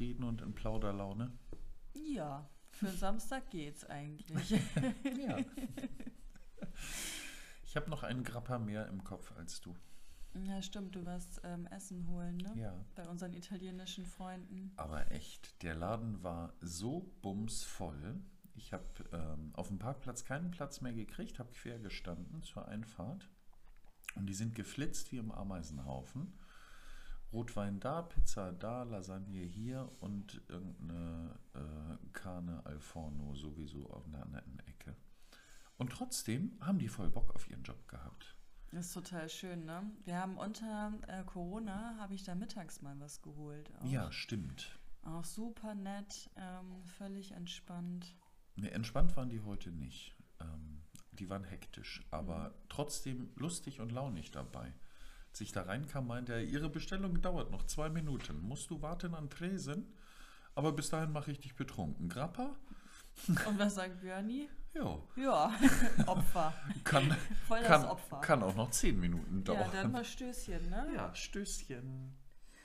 zufrieden und in Plauderlaune? Ja, für Samstag geht's eigentlich. Ja. Ich habe noch einen Grappa mehr im Kopf als du. Ja, stimmt, du warst Essen holen, ne? Ja. Bei unseren italienischen Freunden. Aber echt, der Laden war so bumsvoll. Ich habe auf dem Parkplatz keinen Platz mehr gekriegt, habe quer gestanden zur Einfahrt. Und die sind geflitzt wie im Ameisenhaufen. Rotwein da, Pizza da, Lasagne hier und irgendeine Carne al Forno sowieso auf einer anderen Ecke. Und trotzdem haben die voll Bock auf ihren Job gehabt. Das ist total schön, ne? Wir haben unter Corona, habe ich da mittags mal was geholt. Auch. Ja, stimmt. Auch super nett, völlig entspannt. Ne, entspannt waren die heute nicht. Die waren hektisch, aber trotzdem lustig und launig dabei. Als ich da reinkam, meinte er, Ihre Bestellung dauert noch 2 Minuten. Musst du warten an Tresen? Aber bis dahin mache ich dich betrunken. Grappa? Und was sagt Björni? Ja. Ja, Opfer. Voll das Opfer. Kann auch noch 10 Minuten dauern. Ja, dann mal Stößchen, ne? Ja, Stößchen.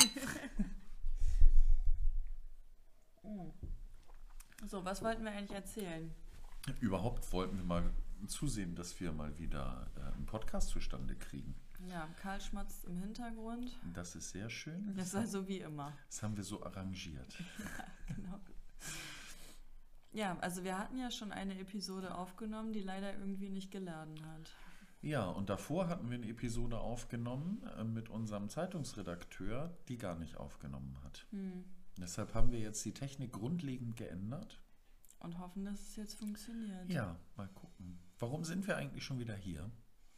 So, was wollten wir eigentlich erzählen? Überhaupt wollten wir mal zusehen, dass wir mal wieder einen Podcast zustande kriegen. Ja, Karl schmatzt im Hintergrund. Das ist sehr schön. Das war so wie immer. Das haben wir so arrangiert. Ja, genau. Ja, also wir hatten ja schon eine Episode aufgenommen, die leider irgendwie nicht geladen hat. Ja, und davor hatten wir eine Episode aufgenommen mit unserem Zeitungsredakteur, die gar nicht aufgenommen hat. Deshalb haben wir jetzt die Technik grundlegend geändert. Und hoffen, dass es jetzt funktioniert. Ja, mal gucken. Warum sind wir eigentlich schon wieder hier?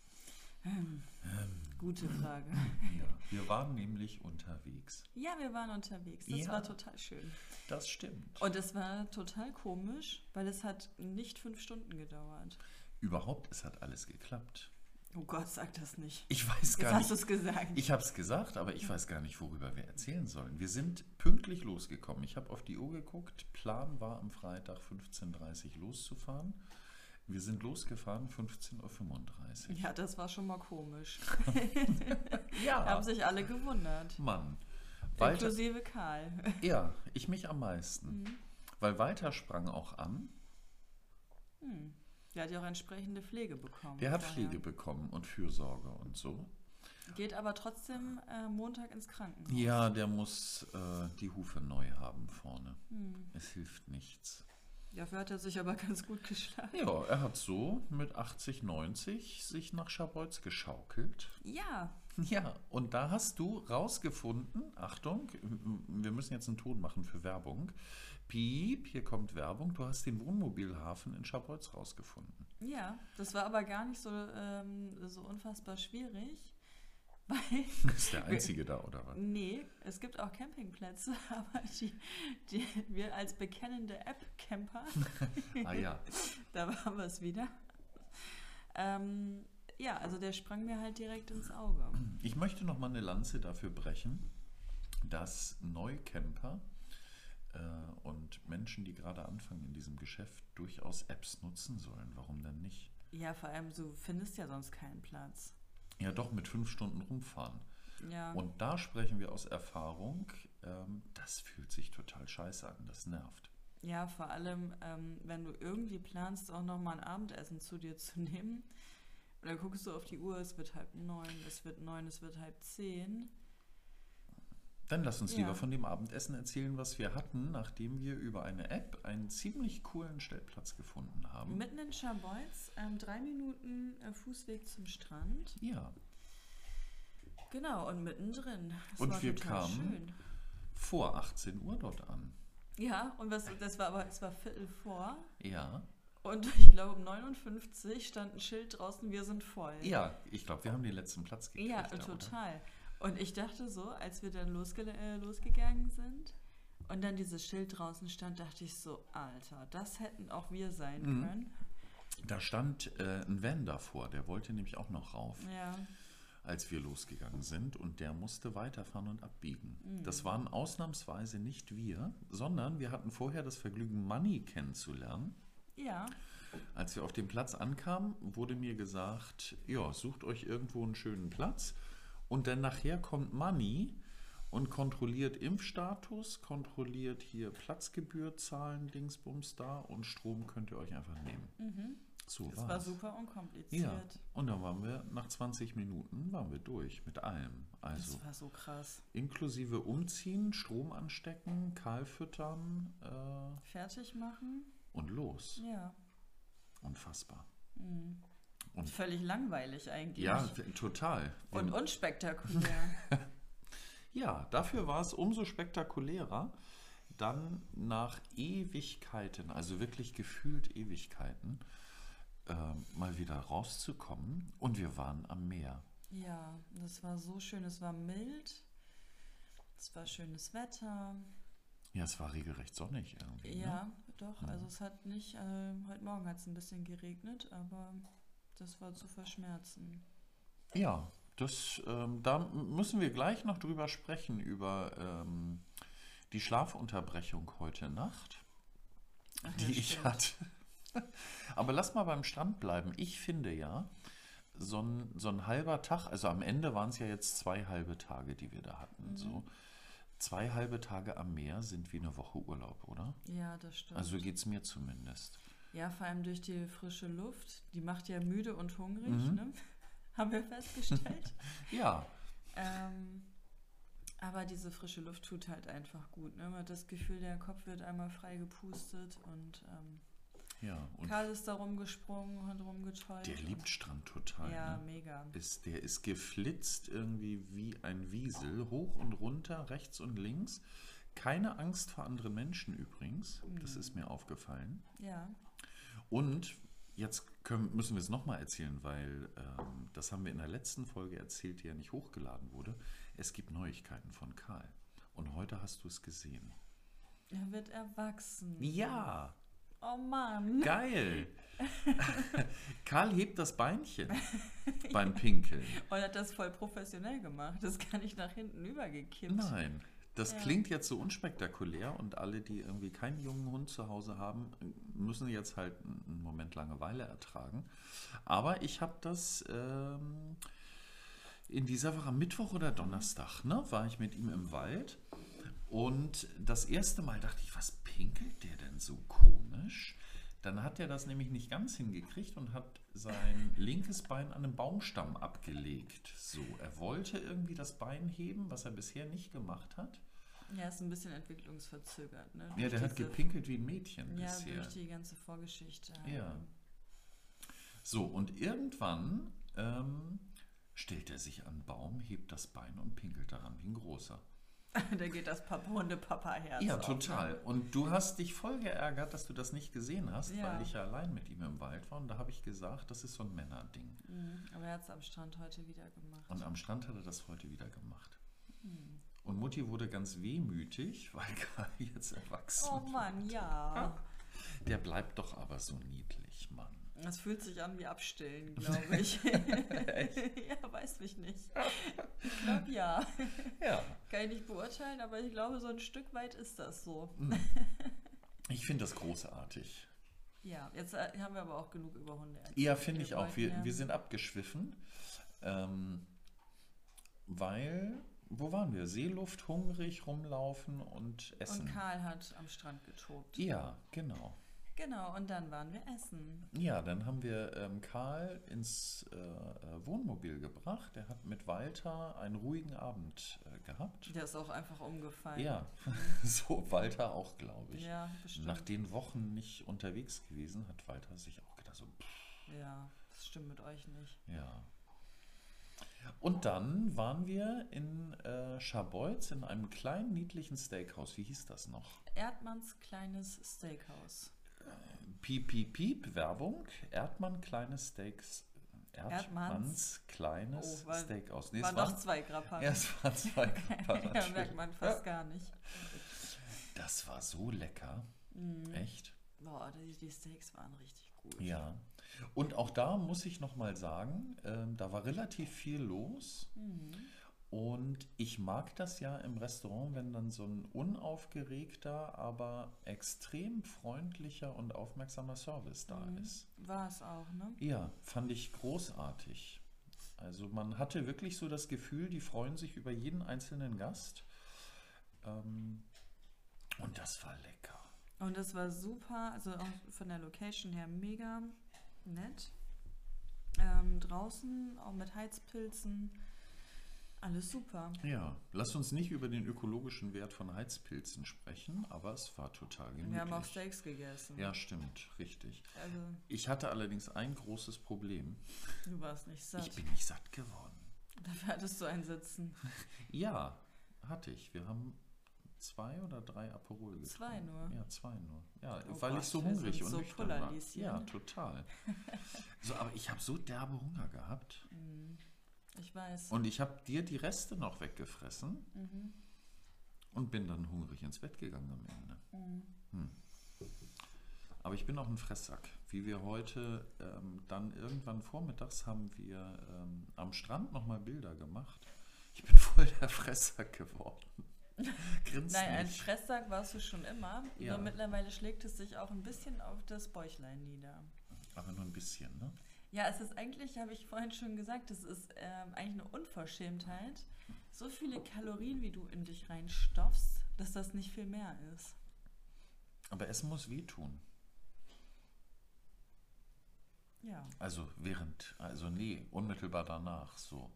Gute Frage. Ja, wir waren nämlich unterwegs. Ja, wir waren unterwegs. Das war total schön. Das stimmt. Und es war total komisch, weil es hat nicht 5 Stunden gedauert. Überhaupt, es hat alles geklappt. Oh Gott, sag das nicht. Ich weiß gar Jetzt nicht. hast du es gesagt. Ich habe es gesagt, aber ich weiß gar nicht, worüber wir erzählen sollen. Wir sind pünktlich losgekommen. Ich habe auf die Uhr geguckt. Plan war am Freitag 15:30 Uhr loszufahren. Wir sind losgefahren 15:35 Uhr. Ja, das war schon mal komisch. Ja. Haben sich alle gewundert. Mann. Inklusive Karl. Ja, ich mich am meisten. Weil Walter sprang auch an. Der hat ja auch entsprechende Pflege bekommen. Der hat vorher. Pflege bekommen und Fürsorge und so. Geht aber trotzdem Montag ins Krankenhaus. Ja, der muss die Hufe neu haben vorne. Es hilft nichts. Dafür hat er sich aber ganz gut geschlagen. Ja, er hat so mit 80, 90 sich nach Scharbeutz geschaukelt. Ja. Ja, und da hast du rausgefunden, Achtung, wir müssen jetzt einen Ton machen für Werbung. Piep, hier kommt Werbung. Du hast den Wohnmobilhafen in Scharbeutz rausgefunden. Ja, das war aber gar nicht so unfassbar schwierig. Weil Ist der Einzige da, oder was? Nee, es gibt auch Campingplätze, aber wir als bekennende App-Camper, Ah ja. da waren wir es wieder. Ja, also der sprang mir halt direkt ins Auge. Ich möchte noch mal eine Lanze dafür brechen, dass Neucamper und Menschen, die gerade anfangen in diesem Geschäft, durchaus Apps nutzen sollen. Warum denn nicht? Ja, vor allem, du findest ja sonst keinen Platz. Ja, doch, mit 5 Stunden rumfahren. Ja. Und da sprechen wir aus Erfahrung, das fühlt sich total scheiße an, das nervt. Ja, vor allem, wenn du irgendwie planst, auch nochmal ein Abendessen zu dir zu nehmen. Und dann guckst du auf die Uhr, es wird 8:30, es wird 9, es wird 9:30. Dann lass uns lieber von dem Abendessen erzählen, was wir hatten, nachdem wir über eine App einen ziemlich coolen Stellplatz gefunden haben. Mitten in Scharbeutz, 3 Minuten Fußweg zum Strand. Ja. Genau, und mittendrin. Das Und war wir total kamen schön. vor 18 Uhr dort an. Ja, und es war Viertel vor. Ja. Und ich glaube, um 59 stand ein Schild draußen, wir sind voll. Ja, ich glaube, wir haben den letzten Platz gekriegt. Ja, da, total. Oder? Und ich dachte so, als wir dann losgegangen sind und dann dieses Schild draußen stand, dachte ich so, Alter, das hätten auch wir sein können. Da stand ein Van davor, der wollte nämlich auch noch rauf, Ja. als wir losgegangen sind. Und der musste weiterfahren und abbiegen. Das waren ausnahmsweise nicht wir, sondern wir hatten vorher das Vergnügen, Manni kennenzulernen. Ja. Als wir auf dem Platz ankamen, wurde mir gesagt, ja, sucht euch irgendwo einen schönen Platz. Und dann nachher kommt Manni und kontrolliert Impfstatus, kontrolliert hier Platzgebühr zahlen, Dingsbums da und Strom könnt ihr euch einfach nehmen. So Das war war's. super unkompliziert. Ja, und dann waren wir nach 20 Minuten waren wir durch mit allem. Also Das war so krass. inklusive Umziehen, Strom anstecken, kahl füttern Fertig machen? und los. Ja. Unfassbar. Und völlig langweilig eigentlich. Ja, total. Und unspektakulär. Ja, dafür war es umso spektakulärer, dann nach Ewigkeiten, also wirklich gefühlt Ewigkeiten, mal wieder rauszukommen. Und wir waren am Meer. Ja, das war so schön. Es war mild. Es war schönes Wetter. Ja, es war regelrecht sonnig irgendwie. Ne? Ja, doch. Also es hat nicht, heute Morgen hat es ein bisschen geregnet, aber das war zu verschmerzen. Ja, da müssen wir gleich noch drüber sprechen, über die Schlafunterbrechung heute Nacht, Ach, die ja, ich stimmt. hatte. Aber lass mal beim Strand bleiben. Ich finde ja, so ein halber Tag, also am Ende waren es ja jetzt 2 halbe Tage, die wir da hatten. So 2 halbe Tage am Meer sind wie eine Woche Urlaub, oder? Ja, das stimmt. Also geht es mir zumindest. Ja, vor allem durch die frische Luft. Die macht ja müde und hungrig, ne? Haben wir festgestellt. Ja, Aber diese frische Luft tut halt einfach gut. Ne? Man hat das Gefühl, der Kopf wird einmal frei gepustet und ja. Und Karl ist da rumgesprungen und rumgetollt. der liebt Strand total. Ja, Ne? mega. Der ist geflitzt irgendwie wie ein Wiesel, hoch und runter, rechts und links. Keine Angst vor anderen Menschen übrigens, das ist mir aufgefallen. Ja. Und jetzt müssen wir es nochmal erzählen, weil das haben wir in der letzten Folge erzählt, die ja nicht hochgeladen wurde. Es gibt Neuigkeiten von Karl. Und heute hast du es gesehen. Er wird erwachsen. Ja, Oh Mann. geil. Karl hebt das Beinchen beim Pinkeln. Und hat das voll professionell gemacht. Das ist gar nicht nach hinten übergekippt. Nein, das Ja. klingt jetzt so unspektakulär und alle, die irgendwie keinen jungen Hund zu Hause haben, müssen jetzt halt einen Moment Langeweile ertragen. Aber ich habe das in dieser Woche, am Mittwoch oder Donnerstag, ne, war ich mit ihm im Wald und das erste Mal dachte ich, was pinkelt der denn so komisch? Dann hat er das nämlich nicht ganz hingekriegt und hat sein linkes Bein an einem Baumstamm abgelegt. So, er wollte irgendwie das Bein heben, was er bisher nicht gemacht hat. Ja, ist ein bisschen entwicklungsverzögert. Ne? Ja, Durch der hat diese- gepinkelt wie ein Mädchen Ja, bisher. durch die ganze Vorgeschichte. Ja. So, und irgendwann stellt er sich an einen Baum, hebt das Bein und pinkelt daran wie ein großer. Da geht das Hunde-Papa-Herz Ja, auf, total. Ne? Und du hast dich voll geärgert, dass du das nicht gesehen hast, Ja. weil ich ja allein mit ihm im Wald war. Und da habe ich gesagt, das ist so ein Männerding. Aber er hat es am Strand heute wieder gemacht. Und am Strand hat er das heute wieder gemacht. Und Mutti wurde ganz wehmütig, weil Karl jetzt erwachsen Oh Mann, ja. Der bleibt doch aber so niedlich, Mann. Das fühlt sich an wie Abstillen, glaube ich. Ja, weiß mich nicht. Ich glaube ja. Ja. Kann ich nicht beurteilen, aber ich glaube, so ein Stück weit ist das so. Ich finde das großartig. Ja, jetzt haben wir aber auch genug über Hunde erzählt. Ja, finde ich auch. wollten Wir, ja- wir sind abgeschwiffen, weil, wo waren wir? Seeluft, hungrig, rumlaufen und essen. Und Karl hat am Strand getobt. Ja, genau. Genau, und dann waren wir essen. Ja, dann haben wir Karl ins Wohnmobil gebracht. Er hat mit Walter einen ruhigen Abend gehabt. Der ist auch einfach umgefallen. Ja, so Walter auch, glaube ich. Ja, bestimmt. Nach den Wochen nicht unterwegs gewesen, hat Walter sich auch gedacht, so, Ja, das stimmt mit euch nicht. ja. Und dann waren wir in Scharbeutz in einem kleinen, niedlichen Steakhouse. Wie hieß das noch? Erdmanns kleines Steakhouse. Piep, piep, piep, Werbung. Erdmann kleines Steaks. Erdmanns kleines Oh, Steakhouse. Nee, Waren doch 2 Grappa. ja, es waren 2 Grappa, Ja, natürlich. merkt man fast gar nicht. Das war so lecker. Echt? Boah, die Steaks waren richtig gut. Ja. Und auch da muss ich nochmal sagen, da war relativ viel los. Und ich mag das ja im Restaurant, wenn dann so ein unaufgeregter, aber extrem freundlicher und aufmerksamer Service da ist. War es auch, ne? Ja, fand ich großartig. Also man hatte wirklich so das Gefühl, die freuen sich über jeden einzelnen Gast Und das war lecker. Und das war super, also auch von der Location her mega nett. Draußen, auch mit Heizpilzen, alles super. Ja, lass uns nicht über den ökologischen Wert von Heizpilzen sprechen, aber es war total gemütlich. Wir haben auch Steaks gegessen. Ja, stimmt, richtig. Also, Ich hatte allerdings ein großes Problem. du warst nicht satt. Ich bin nicht satt geworden. Dafür hattest du ein Sitzen. Ja, hatte ich. Wir haben 2 oder 3 Aperol getrunken. 2 nur? Ja, 2 nur. Ja, Oh weil Gott, ich so wir hungrig sind und so nüchtern war. Pullerlieschen. Ja, total. So, aber ich habe so derbe Hunger gehabt. Ich weiß. Und ich habe dir die Reste noch weggefressen Mhm. und bin dann hungrig ins Bett gegangen am Ende. Aber ich bin auch ein Fresssack. Wie wir heute dann irgendwann vormittags haben wir am Strand nochmal Bilder gemacht. Ich bin voll der Fresssack geworden. Grinst Nein, ein nicht. Fresssack warst du schon immer. Ja. Nur mittlerweile schlägt es sich auch ein bisschen auf das Bäuchlein nieder. Aber nur ein bisschen, ne? Ja, es ist eigentlich, habe ich vorhin schon gesagt, es ist eigentlich eine Unverschämtheit, so viele Kalorien, wie du in dich reinstopfst, dass das nicht viel mehr ist. Aber Essen muss wehtun. Ja. Also unmittelbar danach, so.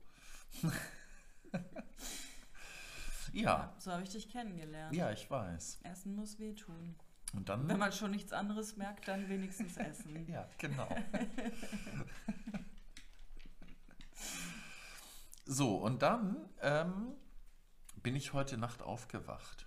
Ja. So habe ich dich kennengelernt. Ja, ich weiß. Essen muss wehtun. Und dann... Wenn man schon nichts anderes merkt, dann wenigstens essen. Ja, genau. So, und dann bin ich heute Nacht aufgewacht.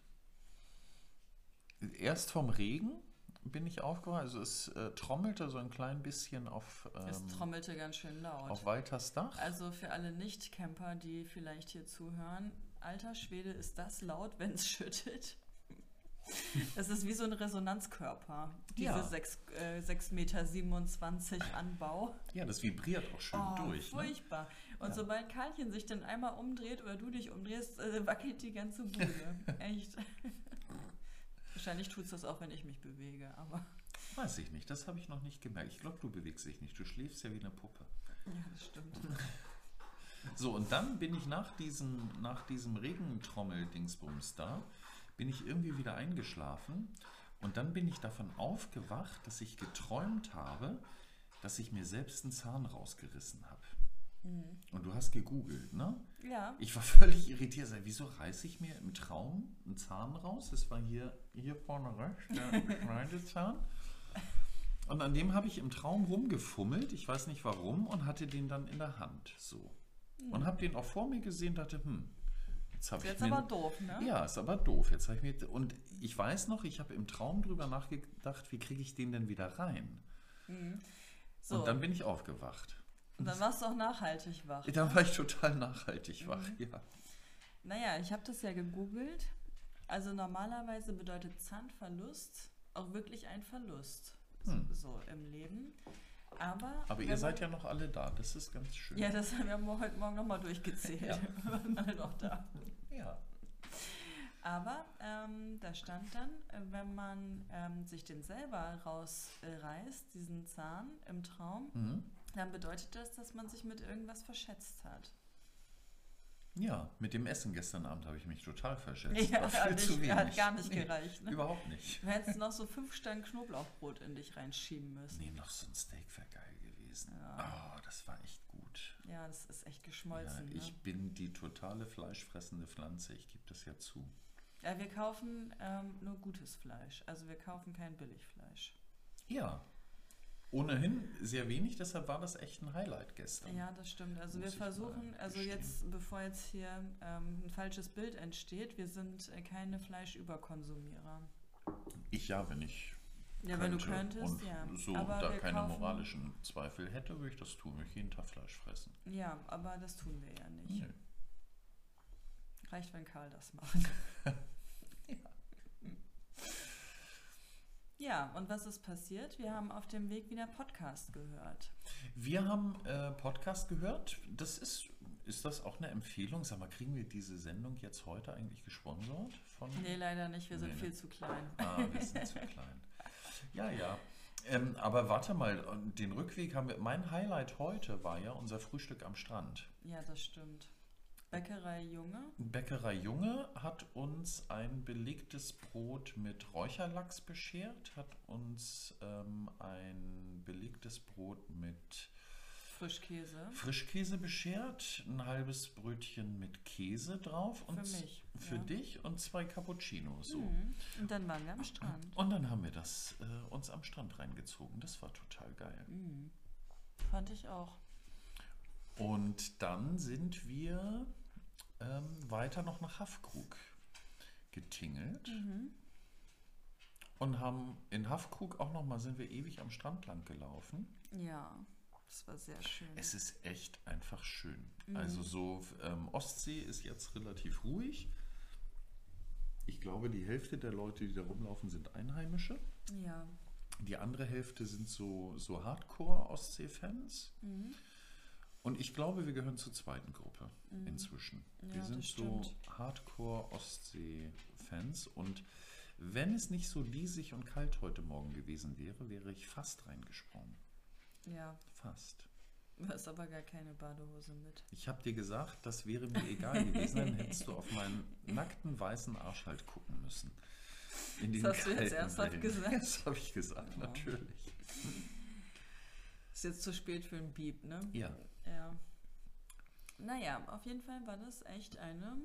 Erst vom Regen bin ich aufgewacht. Also es trommelte so ein klein bisschen Es trommelte ganz schön laut. auf Walters Dach. Also für alle Nicht-Camper, die vielleicht hier zuhören, alter Schwede, ist das laut, wenn es schüttet. Das ist wie so ein Resonanzkörper, diese Ja. 6,27 Meter Anbau. Ja, das vibriert auch schön durch. Ne? Furchtbar. Und Ja. sobald Karlchen sich dann einmal umdreht oder du dich umdrehst, wackelt die ganze Bude. Echt. Wahrscheinlich tut es das auch, wenn ich mich bewege, aber Weiß ich nicht, das habe ich noch nicht gemerkt. Ich glaube, du bewegst dich nicht. Du schläfst ja wie eine Puppe. ja, das stimmt. So, und dann bin ich nach diesem Regentrommel-Dingsbums da, bin ich irgendwie wieder eingeschlafen und dann bin ich davon aufgewacht, dass ich geträumt habe, dass ich mir selbst einen Zahn rausgerissen habe. Und du hast gegoogelt, ne? Ja. Ich war völlig irritiert. Sag, wieso reiße ich mir im Traum einen Zahn raus? Das war hier vorne rechts, der Schneidezahn. Und an dem habe ich im Traum rumgefummelt, ich weiß nicht warum, und hatte den dann in der Hand. So. Und habe den auch vor mir gesehen und dachte, jetzt habe ich Jetzt mir... aber doof, ne? Ja, ist aber doof. Jetzt habe ich mir... Und ich weiß noch, ich habe im Traum drüber nachgedacht, wie kriege ich den denn wieder rein? So. Und dann bin ich aufgewacht. Und dann warst du auch nachhaltig wach. Dann war ich total nachhaltig wach, ja. Naja, ich habe das ja gegoogelt. Also normalerweise bedeutet Zahnverlust auch wirklich ein Verlust. So im Leben. Aber ihr seid ja noch alle da, das ist ganz schön. Ja, das haben wir heute Morgen nochmal durchgezählt. Ja. Wir waren alle noch da. Ja. Aber da stand dann, wenn man sich den selber rausreißt, diesen Zahn im Traum, dann bedeutet das, dass man sich mit irgendwas verschätzt hat. Ja, mit dem Essen gestern Abend habe ich mich total verschätzt. Ja, War viel zu wenig. hat gar nicht gereicht. Ne? Überhaupt nicht. Du hättest noch so 5 Stangen Knoblauchbrot in dich reinschieben müssen. Nee, noch so ein Steak wäre geil gewesen. Ja. Oh, das war echt gut. Ja, das ist echt Ja, geschmolzen. ich Ne? bin die totale fleischfressende Pflanze, ich gebe das ja zu. Ja, wir kaufen nur gutes Fleisch. Also wir kaufen kein Billigfleisch. Ja. Ohnehin sehr wenig, deshalb war das echt ein Highlight gestern. Ja, das stimmt. Also Muss wir ich versuchen, mal also gestehen. jetzt, bevor jetzt hier ein falsches Bild entsteht, wir sind keine Fleischüberkonsumierer. Ich ja, wenn ich Ja, wenn du könnte könntest, und ja. so Aber da wir keine kaufen- moralischen Zweifel hätte, würde ich das tun, würde ich jeden Tag Fleisch fressen. Ja, aber das tun wir ja nicht. Nö. Reicht, wenn Karl das macht. Ja, und was ist passiert? Wir haben auf dem Weg wieder Podcast gehört. Wir haben Podcast gehört. Das ist das auch eine Empfehlung? Sag mal, kriegen wir diese Sendung jetzt heute eigentlich gesponsert? Nee, leider nicht. Wir sind Nee, viel ne? zu klein. Wir sind zu klein. Ja, ja. Aber warte mal, den Rückweg haben wir. Mein Highlight heute war ja unser Frühstück am Strand. Ja, das stimmt. Bäckerei Junge. Bäckerei Junge hat uns ein belegtes Brot mit Räucherlachs beschert, hat uns ein belegtes Brot mit Frischkäse beschert, ein halbes Brötchen mit Käse drauf und Für mich. für dich und 2 Cappuccinos. So. Und dann waren wir am Strand. Und dann haben wir das uns am Strand reingezogen. Das war total geil. Fand ich auch. Und dann sind wir weiter noch nach Haffkrug getingelt und haben in Haffkrug auch nochmal, sind wir ewig am Strand lang gelaufen. Ja, das war sehr schön. Es ist echt einfach schön. Also so Ostsee ist jetzt relativ ruhig. Ich glaube, die Hälfte der Leute, die da rumlaufen, sind Einheimische. Ja. Die andere Hälfte sind so Hardcore-Ostsee-Fans. Und ich glaube, wir gehören zur zweiten Gruppe inzwischen. Ja, wir sind so Hardcore-Ostsee-Fans. Und wenn es nicht so diesig und kalt heute Morgen gewesen wäre, wäre ich fast reingesprungen. Ja. Fast. Du hast aber gar keine Badehose mit. Ich habe dir gesagt, das wäre mir egal gewesen, dann hättest du auf meinen nackten weißen Arsch halt gucken müssen. In Das hast du jetzt ernsthaft gesagt? Das habe ich gesagt, natürlich. Ist jetzt zu spät für ein Beep, ne? Ja. Ja. Naja, auf jeden Fall war das echt eine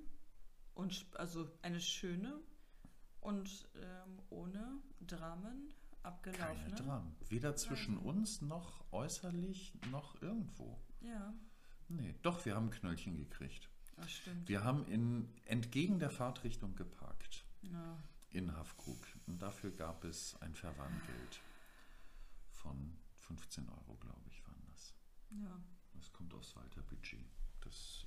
schöne und ohne Dramen abgelaufene. Keine Dramen. Weder zwischen uns noch äußerlich noch irgendwo. Ja. Nee, doch, wir haben ein Knöllchen gekriegt. Das stimmt. Wir haben entgegen der Fahrtrichtung geparkt. Ja. In Haffkrug. Und dafür gab es ein Verwarngeld von 15 Euro, glaube ich, waren das. Ja. Das kommt aus Walter Budget. Das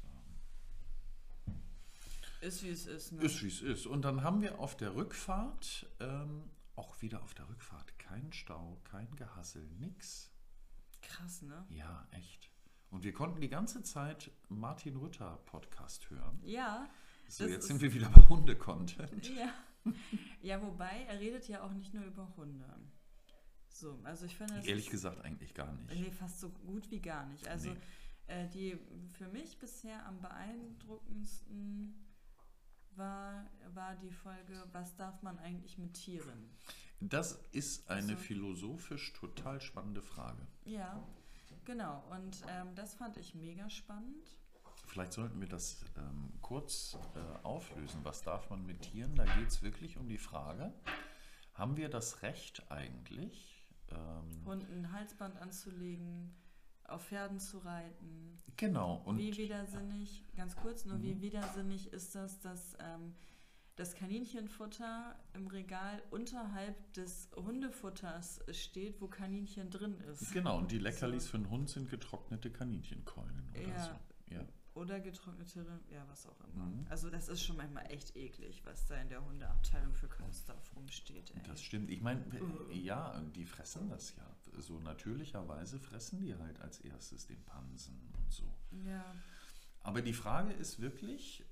ist wie es ist, ne? ist wie es ist. Und dann haben wir auf der Rückfahrt, auch wieder auf der Rückfahrt, kein Stau, kein Gehassel, nix. Krass, ne? Ja, echt. Und wir konnten die ganze Zeit Martin Rütter Podcast hören. Ja. So, jetzt sind wir wieder bei Hunde-Content. Ja. Ja, wobei, er redet ja auch nicht nur über Hunde. So, also ich finde... Ehrlich gesagt eigentlich gar nicht. Nee, fast so gut wie gar nicht. Also die für mich bisher am beeindruckendsten war die Folge, was darf man eigentlich mit Tieren? Das ist eine philosophisch total spannende Frage. Ja, genau. Und das fand ich mega spannend. Vielleicht sollten wir das kurz auflösen. Was darf man mit Tieren? Da geht es wirklich um die Frage, haben wir das Recht eigentlich, Hunden ein Halsband anzulegen, auf Pferden zu reiten? Genau. Und wie widersinnig, ganz kurz nur, wie widersinnig ist das, dass das Kaninchenfutter im Regal unterhalb des Hundefutters steht, wo Kaninchen drin ist? Genau, und die Leckerlis für einen Hund sind getrocknete Kaninchenkeulen oder so. Ja. Oder getrocknete, was auch immer. Also das ist schon manchmal echt eklig, was da in der Hundeabteilung für Kunststoff rumsteht. Ey. Das stimmt. Ich meine, ja, die fressen das ja. So natürlicherweise fressen die halt als erstes den Pansen und so. Ja. Aber die Frage ist wirklich,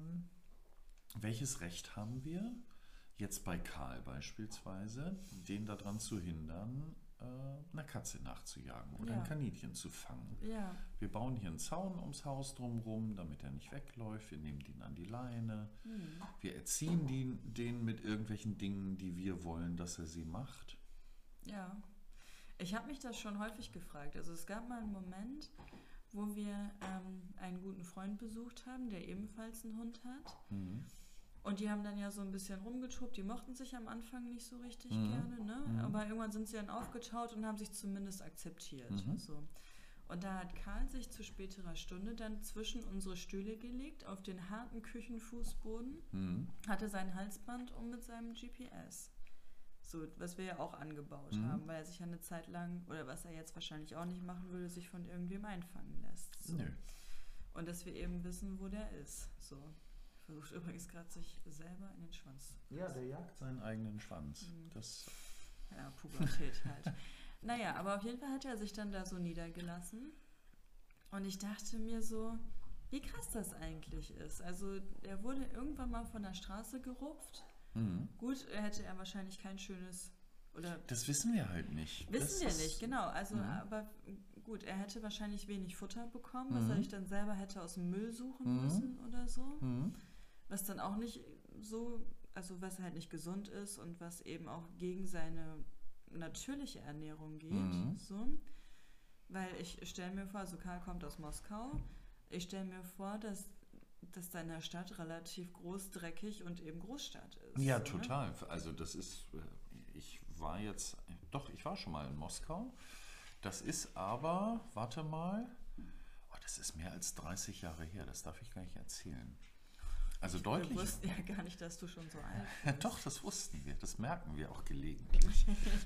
welches Recht haben wir, jetzt bei Karl beispielsweise, den daran zu hindern, einer Katze nachzujagen oder ein Kaninchen zu fangen. Ja. Wir bauen hier einen Zaun ums Haus drumherum, damit er nicht wegläuft. Wir nehmen den an die Leine. Wir erziehen den mit irgendwelchen Dingen, die wir wollen, dass er sie macht. Ja. Ich habe mich das schon häufig gefragt. Also es gab mal einen Moment, wo wir einen guten Freund besucht haben, der ebenfalls einen Hund hat. Und die haben dann ja so ein bisschen rumgetobt. Die mochten sich am Anfang nicht so richtig gerne, ne? Aber irgendwann sind sie dann aufgetaut und haben sich zumindest akzeptiert. So. Und da hat Karl sich zu späterer Stunde dann zwischen unsere Stühle gelegt, auf den harten Küchenfußboden, hatte sein Halsband um mit seinem GPS. So, was wir ja auch angebaut haben, weil er sich ja eine Zeit lang, oder was er jetzt wahrscheinlich auch nicht machen würde, sich von irgendwem einfangen lässt. So. Nö. Und dass wir eben wissen, wo der ist. So. Versucht übrigens gerade sich selber in den Schwanz. Ja, der jagt seinen eigenen Schwanz. Ja, Pubertät halt. Naja, aber auf jeden Fall hat er sich dann da so niedergelassen. Und ich dachte mir so, wie krass das eigentlich ist. Also er wurde irgendwann mal von der Straße gerupft. Gut, hätte er wahrscheinlich kein schönes... Oder das wissen wir halt nicht. Wissen wir nicht, genau. Also, aber gut, er hätte wahrscheinlich wenig Futter bekommen, was er sich dann selber hätte aus dem Müll suchen müssen oder so. Was dann auch nicht so, also was halt nicht gesund ist und was eben auch gegen seine natürliche Ernährung geht. So. Weil ich stelle mir vor, also Karl kommt aus Moskau, ich stelle mir vor, dass da in der Stadt relativ groß, dreckig und eben Großstadt ist. Ja, so, total. Also das ist, ich war schon mal in Moskau. Das ist aber, warte mal, das ist mehr als 30 Jahre her, das darf ich gar nicht erzählen. Also deutlich. Wir wussten ja gar nicht, dass du schon so alt bist. Doch, das wussten wir, das merken wir auch gelegentlich.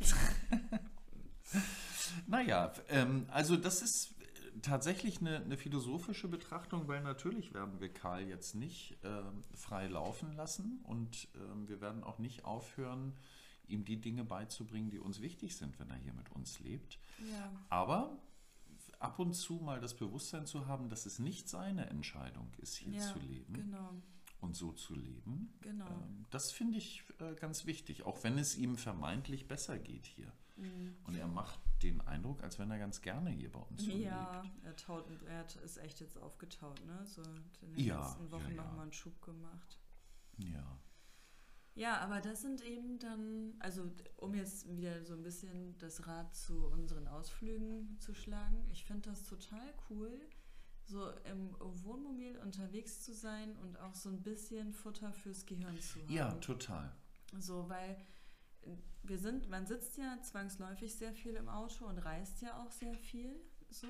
Naja, also das ist tatsächlich eine philosophische Betrachtung, weil natürlich werden wir Karl jetzt nicht frei laufen lassen und wir werden auch nicht aufhören, ihm die Dinge beizubringen, die uns wichtig sind, wenn er hier mit uns lebt. Ja. Aber ab und zu mal das Bewusstsein zu haben, dass es nicht seine Entscheidung ist, hier zu leben. Genau. Und so zu leben, Genau. Das finde ich ganz wichtig, auch wenn es ihm vermeintlich besser geht hier. Und er macht den Eindruck, als wenn er ganz gerne hier bei uns so lebt. Ja, er ist echt jetzt aufgetaut, ne? So in den letzten Wochen nochmal einen Schub gemacht. Ja. Ja, aber das sind eben dann, also um jetzt wieder so ein bisschen das Rad zu unseren Ausflügen zu schlagen, ich finde das total cool, so im Wohnmobil unterwegs zu sein und auch so ein bisschen Futter fürs Gehirn zu haben. Ja, total. So, weil man sitzt ja zwangsläufig sehr viel im Auto und reist ja auch sehr viel, so.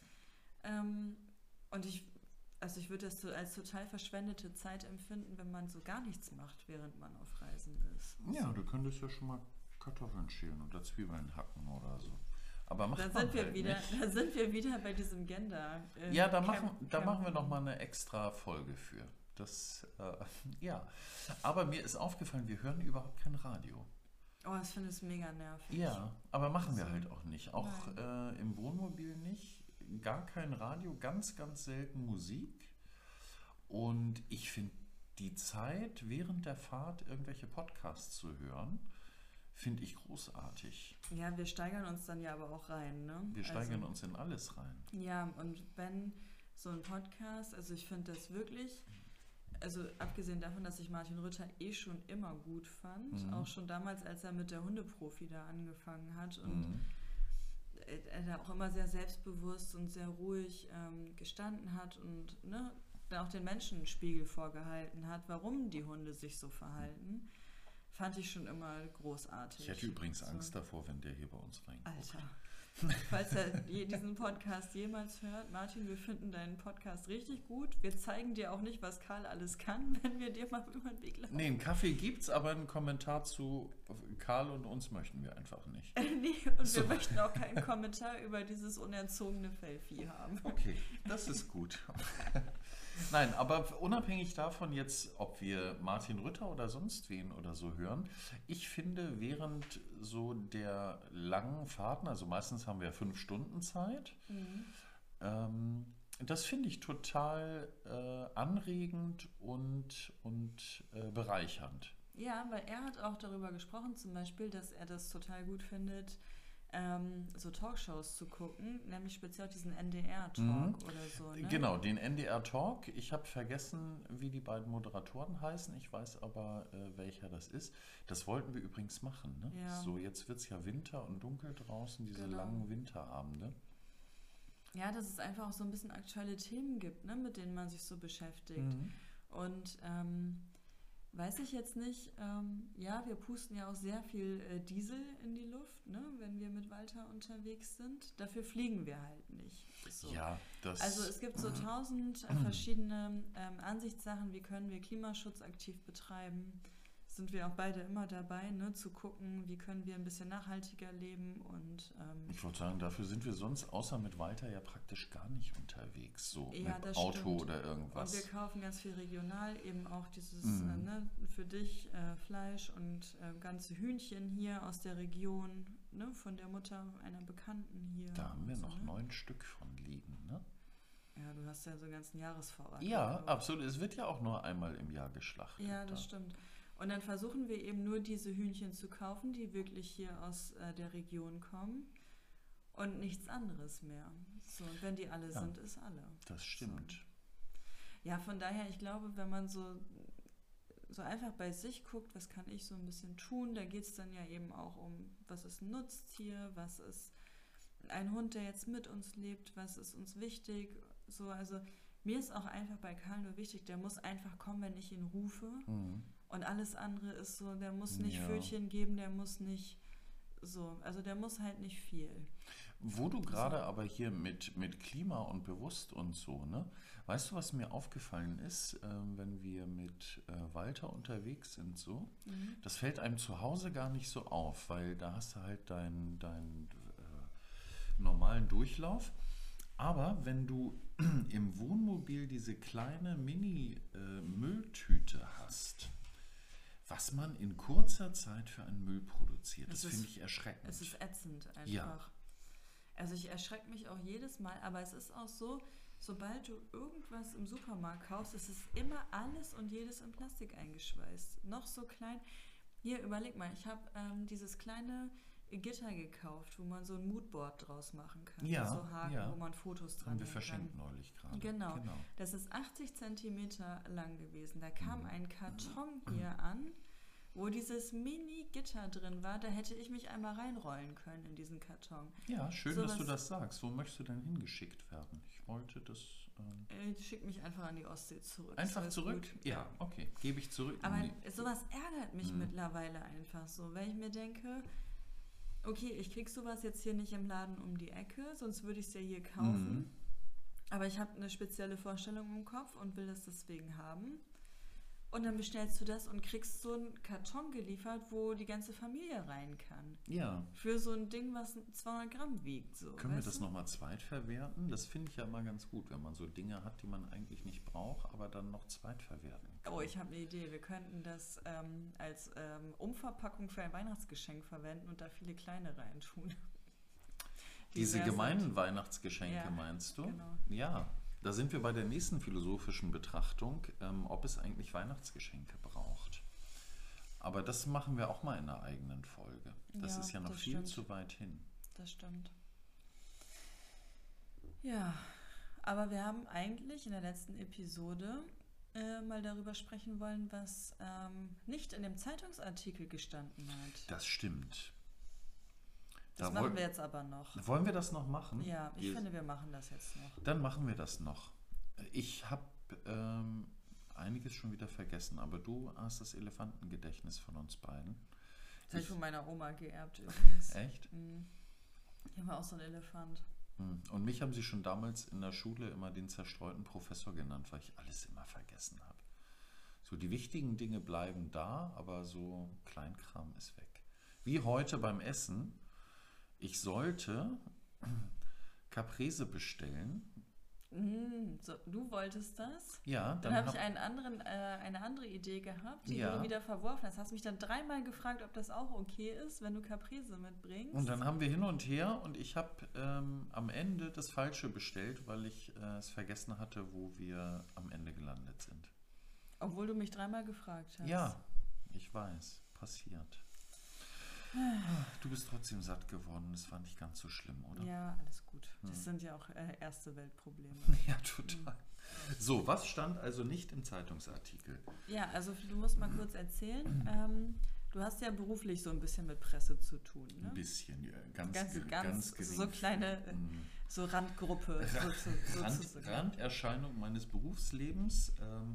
Und ich würde das so als total verschwendete Zeit empfinden, wenn man so gar nichts macht, während man auf Reisen ist. Ja, du könntest ja schon mal Kartoffeln schälen oder Zwiebeln hacken oder so. Aber Da sind wir wieder bei diesem Gender. Ja, da machen wir noch mal eine extra Folge für. Das, ja. Aber mir ist aufgefallen, wir hören überhaupt kein Radio. Oh, ich finde es mega nervig. Ja, aber machen wir halt auch nicht. Auch im Wohnmobil nicht. Gar kein Radio, ganz, ganz selten Musik. Und ich finde die Zeit, während der Fahrt irgendwelche Podcasts zu hören, finde ich großartig. Ja, wir steigern uns dann ja aber auch rein, ne? Wir steigern uns in alles rein. Ja, und wenn so ein Podcast, also ich finde das wirklich, also abgesehen davon, dass ich Martin Rütter schon immer gut fand, auch schon damals, als er mit der Hundeprofi da angefangen hat und er da auch immer sehr selbstbewusst und sehr ruhig gestanden hat und auch den Menschen einen Spiegel vorgehalten hat, warum die Hunde sich so verhalten, fand ich schon immer großartig. Ich hätte übrigens Angst davor, wenn der hier bei uns reinguckt. Alter. Falls er diesen Podcast jemals hört, Martin, wir finden deinen Podcast richtig gut. Wir zeigen dir auch nicht, was Karl alles kann, wenn wir dir mal über den Weg laufen. Nee, einen Kaffee gibt's, aber einen Kommentar zu Karl und uns möchten wir einfach nicht. Nee, und wir möchten auch keinen Kommentar über dieses unerzogene Fellvieh haben. Okay, das ist gut. Nein, aber unabhängig davon jetzt, ob wir Martin Rütter oder sonst wen oder so hören, ich finde, während so der langen Fahrten, also meistens haben wir 5 Stunden Zeit, das finde ich total anregend und bereichernd. Ja, weil er hat auch darüber gesprochen, zum Beispiel, dass er das total gut findet, so Talkshows zu gucken, nämlich speziell diesen NDR-Talk oder so. Ne? Genau, den NDR-Talk. Ich habe vergessen, wie die beiden Moderatoren heißen. Ich weiß aber, welcher das ist. Das wollten wir übrigens machen. Ne? Ja. So, jetzt wird es ja Winter und dunkel draußen, diese langen Winterabende. Ja, dass es einfach auch so ein bisschen aktuelle Themen gibt, ne, mit denen man sich so beschäftigt. Und weiß ich jetzt nicht, ja, wir pusten ja auch sehr viel Diesel in die Luft, ne, wenn wir mit Walter unterwegs sind. Dafür fliegen wir halt nicht. So. Ja, also es gibt so 1000 verschiedene Ansichtssachen, wie können wir Klimaschutz aktiv betreiben. Sind wir auch beide immer dabei, ne, zu gucken, wie können wir ein bisschen nachhaltiger leben. Und ich wollte sagen, dafür sind wir sonst außer mit Walter ja praktisch gar nicht unterwegs, so ja, mit Auto stimmt. Oder irgendwas. Und wir kaufen ganz viel regional, eben auch dieses für dich Fleisch und ganze Hühnchen hier aus der Region, ne, von der Mutter einer Bekannten hier. Da haben wir so, noch 9 Stück von liegen, ne? Ja, du hast ja so einen ganzen Jahresvorrat. Ja, absolut. Es wird ja auch nur einmal im Jahr geschlachtet. Ja, das stimmt. Und dann versuchen wir eben nur diese Hühnchen zu kaufen, die wirklich hier aus der Region kommen. und nichts anderes mehr. So, und wenn die alle Ja, sind, ist alle. das stimmt. So. Ja, von daher, ich glaube, wenn man so einfach bei sich guckt, was kann ich so ein bisschen tun, da geht es dann ja eben auch um, was ist ein Nutztier, was ist ein Hund, der jetzt mit uns lebt, was ist uns wichtig. So, also mir ist auch einfach bei Karl nur wichtig, der muss einfach kommen, wenn ich ihn rufe. Und alles andere ist so, der muss nicht Ja. Pfötchen geben, der muss nicht so, also der muss halt nicht viel. Wo du gerade aber hier mit Klima und bewusst und so, ne? Weißt du, was mir aufgefallen ist, wenn wir mit Walter unterwegs sind, so? Das fällt einem zu Hause gar nicht so auf, weil da hast du halt deinen normalen Durchlauf. Aber wenn du im Wohnmobil diese kleine Mini-Mülltüte hast, was man in kurzer Zeit für einen Müll produziert, das finde ich erschreckend. Es ist ätzend einfach. Ja. Also ich erschrecke mich auch jedes Mal, aber es ist auch so, sobald du irgendwas im Supermarkt kaufst, ist es immer alles und jedes in Plastik eingeschweißt. Noch so klein. Hier, überleg mal, ich habe dieses kleine Gitter gekauft, wo man so ein Moodboard draus machen kann. Ja, so Haken, ja. wo man Fotos dran Haben wir hängen verschenkt kann. neulich gerade. Genau. Das ist 80 Zentimeter lang gewesen. Da kam ein Karton hier an, wo dieses Mini-Gitter drin war. Da hätte ich mich einmal reinrollen können in diesen Karton. Ja, schön, So dass du was- das sagst. Wo möchtest du denn hingeschickt werden? Ich wollte das Schick mich einfach an die Ostsee zurück. einfach Ist zurück. gut. Ja, okay, gebe ich zurück. Aber Nee. sowas ärgert mich mittlerweile einfach so, weil ich mir denke, okay, ich krieg sowas jetzt hier nicht im Laden um die Ecke, sonst würde ich es ja hier kaufen. Aber ich habe eine spezielle Vorstellung im Kopf und will das deswegen haben. Und dann bestellst du das und kriegst so einen Karton geliefert, wo die ganze Familie rein kann. Ja, Für so ein Ding, was 200 Gramm wiegt. So, können wir weißt das du? nochmal zweitverwerten? Das finde ich ja immer ganz gut, wenn man so Dinge hat, die man eigentlich nicht braucht, aber dann noch zweitverwerten kann. Oh, ich habe eine Idee. Wir könnten das als Umverpackung für ein Weihnachtsgeschenk verwenden und da viele kleine reintun. Die Diese mehr gemeinen sind. Weihnachtsgeschenke, Ja, meinst du? genau. Ja, da sind wir bei der nächsten philosophischen Betrachtung, ob es eigentlich Weihnachtsgeschenke braucht. Aber das machen wir auch mal in einer eigenen Folge. Das Ja, ist ja noch das viel stimmt. zu weit hin. Das stimmt. Ja, aber wir haben eigentlich in der letzten Episode mal darüber sprechen wollen, was nicht in dem Zeitungsartikel gestanden hat. Das stimmt. Das Da machen woll- wir jetzt aber noch. Wollen wir das noch machen? Ja, ich Ihr- finde, wir machen das jetzt noch. Dann machen wir das noch. Ich habe einiges schon wieder vergessen, aber du hast das Elefantengedächtnis von uns beiden. Das habe ich von meiner Oma geerbt übrigens. Echt? Hier war auch so ein Elefant. Und mich haben sie schon damals in der Schule immer den zerstreuten Professor genannt, weil ich alles immer vergessen habe. So, die wichtigen Dinge bleiben da, aber so Kleinkram ist weg. Wie heute beim Essen. Ich sollte Caprese bestellen. So, du wolltest das? Ja, Dann habe ich eine andere Idee gehabt, die Ja. du wieder verworfen hast. Hast mich dann dreimal gefragt, ob das auch okay ist, wenn du Caprese mitbringst. Und dann haben wir hin und her und ich habe am Ende das Falsche bestellt, weil ich es vergessen hatte, wo wir am Ende gelandet sind. Obwohl du mich dreimal gefragt hast. Ja, ich weiß, passiert. Du bist trotzdem satt geworden, das war nicht ganz so schlimm, oder? Ja, alles gut. Das sind ja auch erste Weltprobleme. Ja, total. So, was stand also nicht im Zeitungsartikel? Ja, also du musst mal kurz erzählen. Du hast ja beruflich so ein bisschen mit Presse zu tun, ne? Ein bisschen, ja, ganz so gering. kleine, so Randgruppe sozusagen. Randerscheinung meines Berufslebens.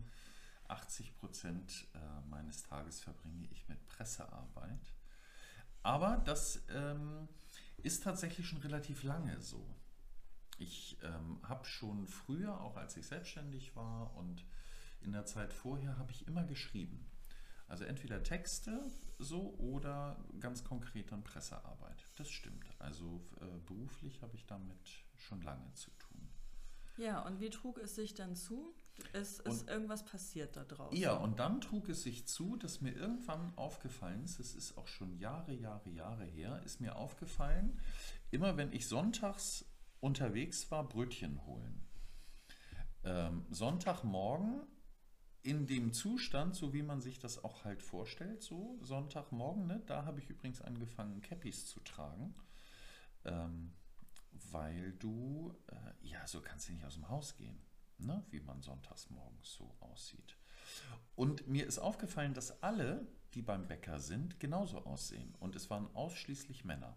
80% meines Tages verbringe ich mit Pressearbeit. Aber das ist tatsächlich schon relativ lange so. Ich habe schon früher, auch als ich selbstständig war und in der Zeit vorher, habe ich immer geschrieben. Also entweder Texte so oder ganz konkret dann Pressearbeit. Das stimmt. Also beruflich habe ich damit schon lange zu tun. Ja, und wie trug es sich dann zu? Ist irgendwas passiert da draußen? Ja, und dann trug es sich zu, dass mir irgendwann aufgefallen ist, es ist auch schon Jahre her, ist mir aufgefallen, immer wenn ich sonntags unterwegs war, Brötchen holen. Sonntagmorgen in dem Zustand, so wie man sich das auch halt vorstellt, so Sonntagmorgen, ne, da habe ich übrigens angefangen, Cappies zu tragen. weil du, so kannst du nicht aus dem Haus gehen, ne? Wie man sonntags morgens so aussieht. Und mir ist aufgefallen, dass alle, die beim Bäcker sind, genauso aussehen. Und es waren ausschließlich Männer.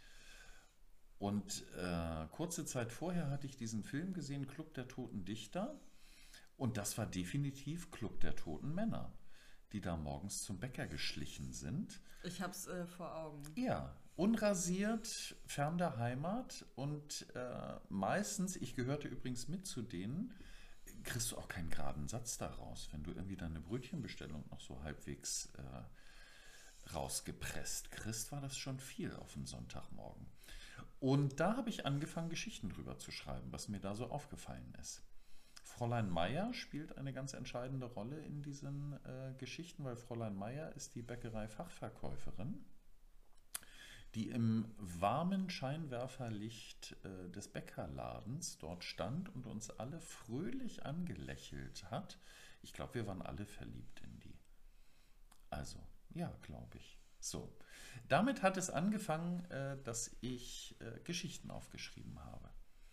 Und kurze Zeit vorher hatte ich diesen Film gesehen, Club der Toten Dichter. Und das war definitiv Club der Toten Männer, die da morgens zum Bäcker geschlichen sind. Ich hab's vor Augen. Ja, unrasiert, fern der Heimat und meistens, ich gehörte übrigens mit zu denen, kriegst du auch keinen geraden Satz daraus, wenn du irgendwie deine Brötchenbestellung noch so halbwegs rausgepresst kriegst, war das schon viel auf einen Sonntagmorgen. Und da habe ich angefangen, Geschichten drüber zu schreiben, was mir da so aufgefallen ist. Fräulein Meier spielt eine ganz entscheidende Rolle in diesen Geschichten, weil Fräulein Meier ist die Bäckerei-Fachverkäuferin, die im warmen Scheinwerferlicht des Bäckerladens dort stand und uns alle fröhlich angelächelt hat. Ich glaube, wir waren alle verliebt in die. Also, ja, glaube ich. So, damit hat es angefangen, dass ich Geschichten aufgeschrieben habe.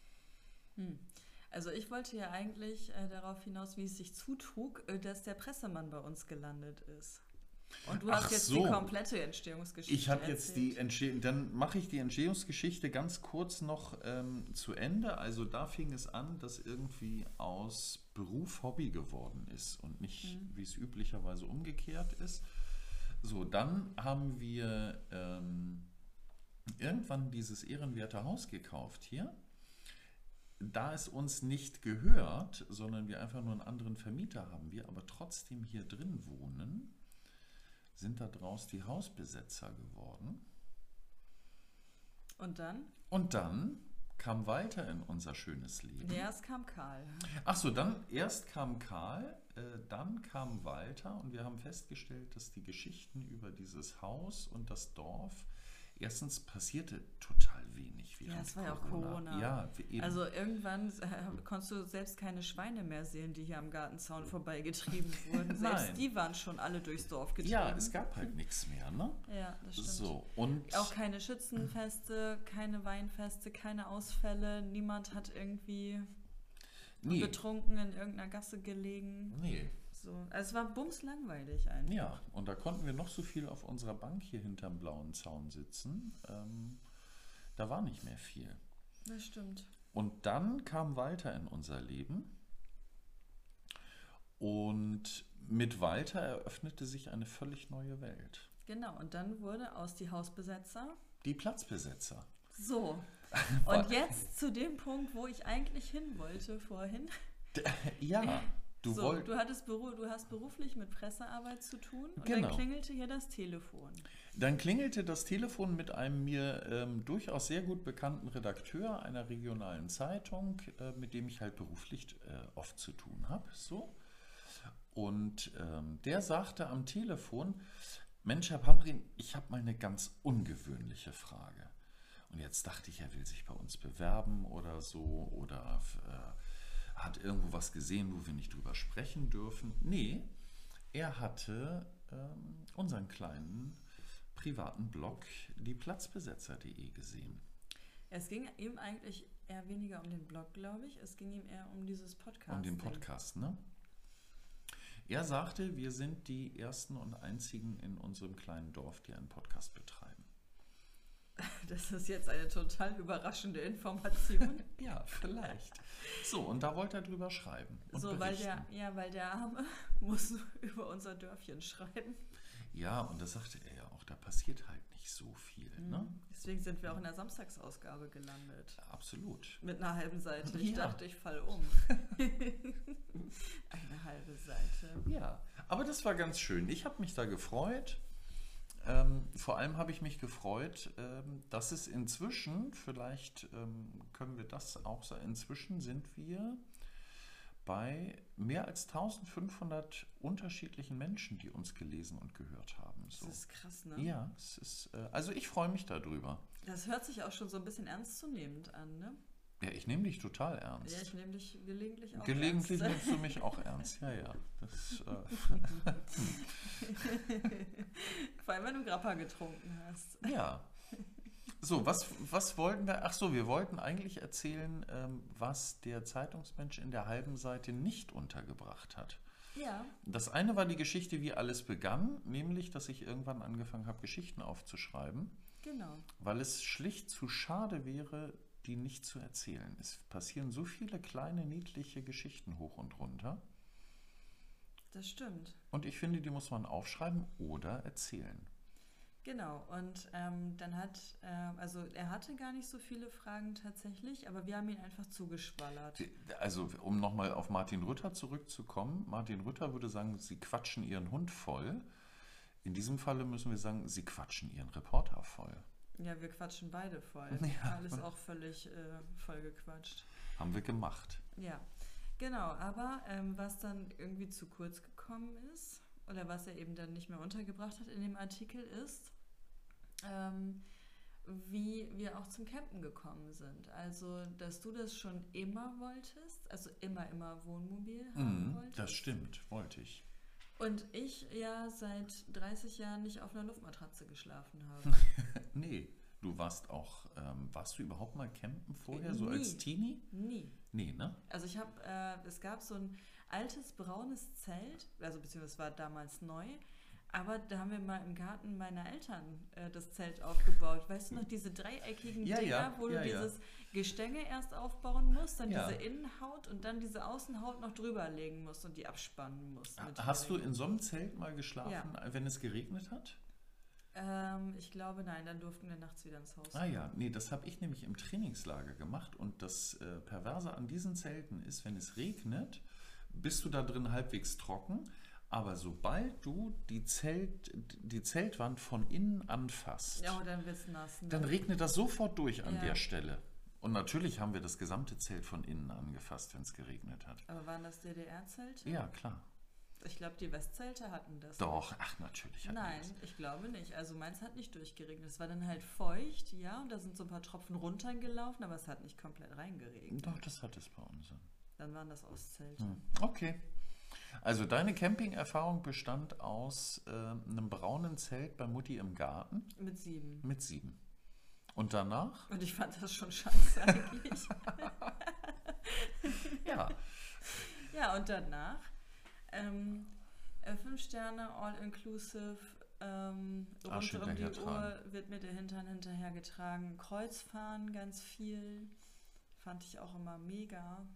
Also ich wollte ja eigentlich darauf hinaus, wie es sich zutrug, dass der Pressemann bei uns gelandet ist. Und du hast jetzt die komplette Entstehungsgeschichte Ich habe jetzt die Entstehung, dann mache ich die Entstehungsgeschichte ganz kurz noch zu Ende. Also da fing es an, dass irgendwie aus Beruf Hobby geworden ist und nicht, wie es üblicherweise umgekehrt ist. So, dann haben wir irgendwann dieses ehrenwerte Haus gekauft hier. Da es uns nicht gehört, sondern wir einfach nur einen anderen Vermieter haben, wir aber trotzdem hier drin wohnen, sind da draus die Hausbesetzer geworden. Und dann? Und dann kam Walter in unser schönes Leben. Erst kam Karl. Ach so, dann erst kam Karl, dann kam Walter und wir haben festgestellt, dass die Geschichten über dieses Haus und das Dorf, erstens passierte total wenig während Ja, es war ja auch Corona. Ja, eben. Also irgendwann konntest du selbst keine Schweine mehr sehen, die hier am Gartenzaun vorbeigetrieben wurden. Selbst die waren schon alle durchs Dorf getrieben. Ja, es gab halt nichts mehr, ne? Ja, das stimmt. So, und auch keine Schützenfeste, keine Weinfeste, keine Ausfälle. Niemand hat irgendwie betrunken in irgendeiner Gasse gelegen. Nee. So. Also es war bumslangweilig einfach. Ja, und da konnten wir noch so viel auf unserer Bank hier hinterm blauen Zaun sitzen. Da war nicht mehr viel. Das stimmt. Und dann kam Walter in unser Leben. Und mit Walter eröffnete sich eine völlig neue Welt. Genau, und dann wurde aus die Hausbesetzer die Platzbesetzer. So. Und jetzt zu dem Punkt, wo ich eigentlich hin wollte vorhin. Ja. Du hast beruflich mit Pressearbeit zu tun und genau. Dann klingelte hier das Telefon. Dann klingelte das Telefon mit einem mir durchaus sehr gut bekannten Redakteur einer regionalen Zeitung, mit dem ich halt beruflich oft zu tun habe. So. Und der sagte am Telefon, Mensch, Herr Pamprin, ich habe mal eine ganz ungewöhnliche Frage. Und jetzt dachte ich, er will sich bei uns bewerben oder so oder hat irgendwo was gesehen, wo wir nicht drüber sprechen dürfen. Nee, er hatte unseren kleinen privaten Blog, dieplatzbesetzer.de, gesehen. Es ging ihm eigentlich eher weniger um den Blog, glaube ich. Es ging ihm eher um dieses Podcast. Um den Podcast, ne? Er sagte, wir sind die ersten und einzigen in unserem kleinen Dorf, die einen Podcast betreiben. Das ist jetzt eine total überraschende Information. Ja, vielleicht. So, und da wollte er drüber schreiben und so, berichten. weil der Arme muss über unser Dörfchen schreiben. Ja, und das sagte er ja auch, da passiert halt nicht so viel. Ne? Deswegen sind wir auch in der Samstagsausgabe gelandet. Absolut. Mit einer halben Seite. Ich dachte, ich falle um. Eine halbe Seite. Ja, aber das war ganz schön. Ich habe mich da gefreut. Vor allem habe ich mich gefreut, dass es inzwischen, vielleicht können wir das auch sagen, inzwischen sind wir bei mehr als 1500 unterschiedlichen Menschen, die uns gelesen und gehört haben. So. Das ist krass, ne? Ja, es ist, also ich freue mich darüber. Das hört sich auch schon so ein bisschen ernstzunehmend an, ne? Ja, ich nehme dich total ernst. Ja, ich nehme dich gelegentlich auch Gelegentlich ernst. nimmst du mich auch ernst, ja, ja. Das, Vor allem, wenn du Grappa getrunken hast. Ja. So, was wollten wir? Ach so, wir wollten eigentlich erzählen, was der Zeitungsmensch in der halben Seite nicht untergebracht hat. Ja. Das eine war die Geschichte, wie alles begann, nämlich, dass ich irgendwann angefangen habe, Geschichten aufzuschreiben, Genau. weil es schlicht zu schade wäre, die nicht zu erzählen. Es passieren so viele kleine, niedliche Geschichten hoch und runter. Das stimmt. Und ich finde, die muss man aufschreiben oder erzählen. Genau, und dann also er hatte gar nicht so viele Fragen tatsächlich, aber wir haben ihn einfach zugeschwallert. Also, um nochmal auf Martin Rütter zurückzukommen, Martin Rütter würde sagen, Sie quatschen Ihren Hund voll. In diesem Falle müssen wir sagen, Sie quatschen Ihren Reporter voll. Ja, wir quatschen beide voll. Ja. Alles auch völlig voll gequatscht. Haben wir gemacht. Ja, genau, aber was dann irgendwie zu kurz gekommen ist, oder was er eben dann nicht mehr untergebracht hat in dem Artikel ist, wie wir auch zum Campen gekommen sind. Also, dass du das schon immer wolltest, also immer Wohnmobil haben wolltest. Das stimmt, wollte ich. Und ich ja seit 30 Jahren nicht auf einer Luftmatratze geschlafen habe. Nee, du warst auch, warst du überhaupt mal campen vorher, so Nie. als Teenie? Nie. Nee, ne? Also es gab so ein altes braunes Zelt, also beziehungsweise es war damals neu, aber da haben wir mal im Garten meiner Eltern das Zelt aufgebaut. Weißt du noch, diese dreieckigen Dinger, wo du dieses Gestänge erst aufbauen musst, dann diese Innenhaut und dann diese Außenhaut noch drüber legen musst und die abspannen musst. Hast du in so einem Zelt mal geschlafen, Ja. wenn es geregnet hat? Ich glaube, nein, dann durften wir nachts wieder ins Haus. Ah ja, nee, das habe ich nämlich im Trainingslager gemacht und das Perverse an diesen Zelten ist, wenn es regnet, bist du da drin halbwegs trocken, aber sobald du die Zeltwand von innen anfasst, Ja, dann wird's nass. Ne? dann regnet das sofort durch an Ja. der Stelle. Und natürlich haben wir das gesamte Zelt von innen angefasst, wenn es geregnet hat. Aber waren das DDR-Zelte? Ja, klar. Ich glaube, die Westzelte hatten das. Doch, ach natürlich. hatten wir Nein, das. ich glaube nicht. Also meins hat nicht durchgeregnet. Es war dann halt feucht, ja, und da sind so ein paar Tropfen runtergelaufen, aber es hat nicht komplett reingeregnet. Doch, das hat es bei uns. Dann waren das Ostzelte. Okay. Also deine Camping-Erfahrung bestand aus einem braunen Zelt bei Mutti im Garten Mit 7. mit 7. Und danach? Und ich fand das schon scheiße eigentlich. Ja. Ja, und danach 5 Sterne, all-inclusive, Arsch rund um die hinterher Uhr wird mir der Hintern hinterher getragen. Kreuzfahren ganz viel. Fand ich auch immer mega.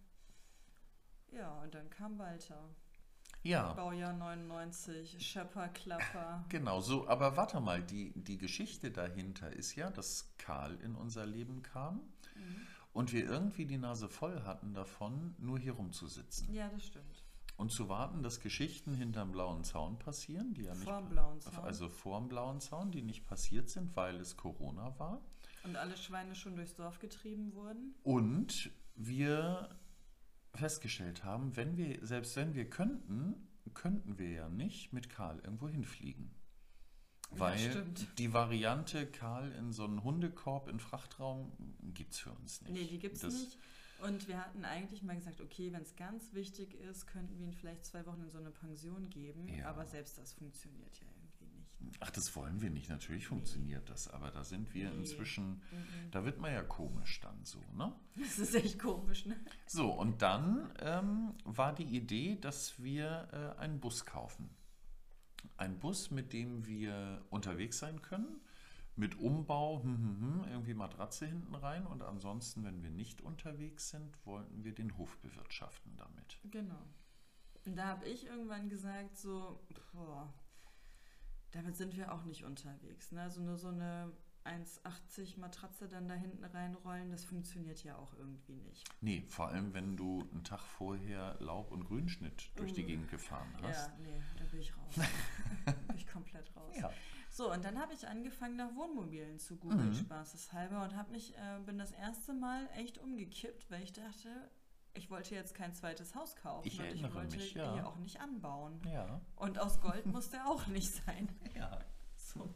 Ja, und dann kam Walter. Ja, Baujahr 99, Schöpper, Klapper. genau so. Aber warte mal, die Geschichte dahinter ist ja, dass Karl in unser Leben kam und wir irgendwie die Nase voll hatten davon, nur hier rumzusitzen. Ja, das stimmt. Und zu warten, dass Geschichten hinterm blauen Zaun passieren, die ja nicht, Vorm blauen Zaun. also vorm blauen Zaun, die nicht passiert sind, weil es Corona war. Und alle Schweine schon durchs Dorf getrieben wurden. Und wir festgestellt haben, selbst wenn wir könnten wir ja nicht mit Karl irgendwo hinfliegen. Ja, Weil stimmt. die Variante Karl in so einen Hundekorb in Frachtraum gibt es für uns nicht. Nee, die gibt's Das- nicht. Und wir hatten eigentlich mal gesagt, okay, wenn es ganz wichtig ist, könnten wir ihn vielleicht 2 Wochen in so eine Pension geben. Ja. Aber selbst das funktioniert ja irgendwie nicht. Ach, das wollen wir nicht. Natürlich funktioniert das, aber da sind wir Nee. inzwischen, da wird man ja komisch dann so, ne? Das ist echt komisch, ne? So, und dann war die Idee, dass wir einen Bus kaufen. Ein Bus, mit dem wir unterwegs sein können, mit Umbau, irgendwie Matratze hinten rein und ansonsten, wenn wir nicht unterwegs sind, wollten wir den Hof bewirtschaften damit. Genau. Und da habe ich irgendwann gesagt, so, boah, damit sind wir auch nicht unterwegs. Ne? Also nur so eine 1,80 Matratze dann da hinten reinrollen, das funktioniert ja auch irgendwie nicht. Nee, vor allem, wenn du einen Tag vorher Laub- und Grünschnitt durch die Gegend gefahren hast. Ja, nee, da bin ich raus. Da bin ich komplett raus. Ja. So, und dann habe ich angefangen, nach Wohnmobilen zu googeln, spaßeshalber, und bin das erste Mal echt umgekippt, weil ich dachte, ich wollte jetzt kein zweites Haus kaufen Ich und ich erinnere wollte mich, ja. hier auch nicht anbauen. Ja. Und aus Gold muss der auch nicht sein. Ja. So.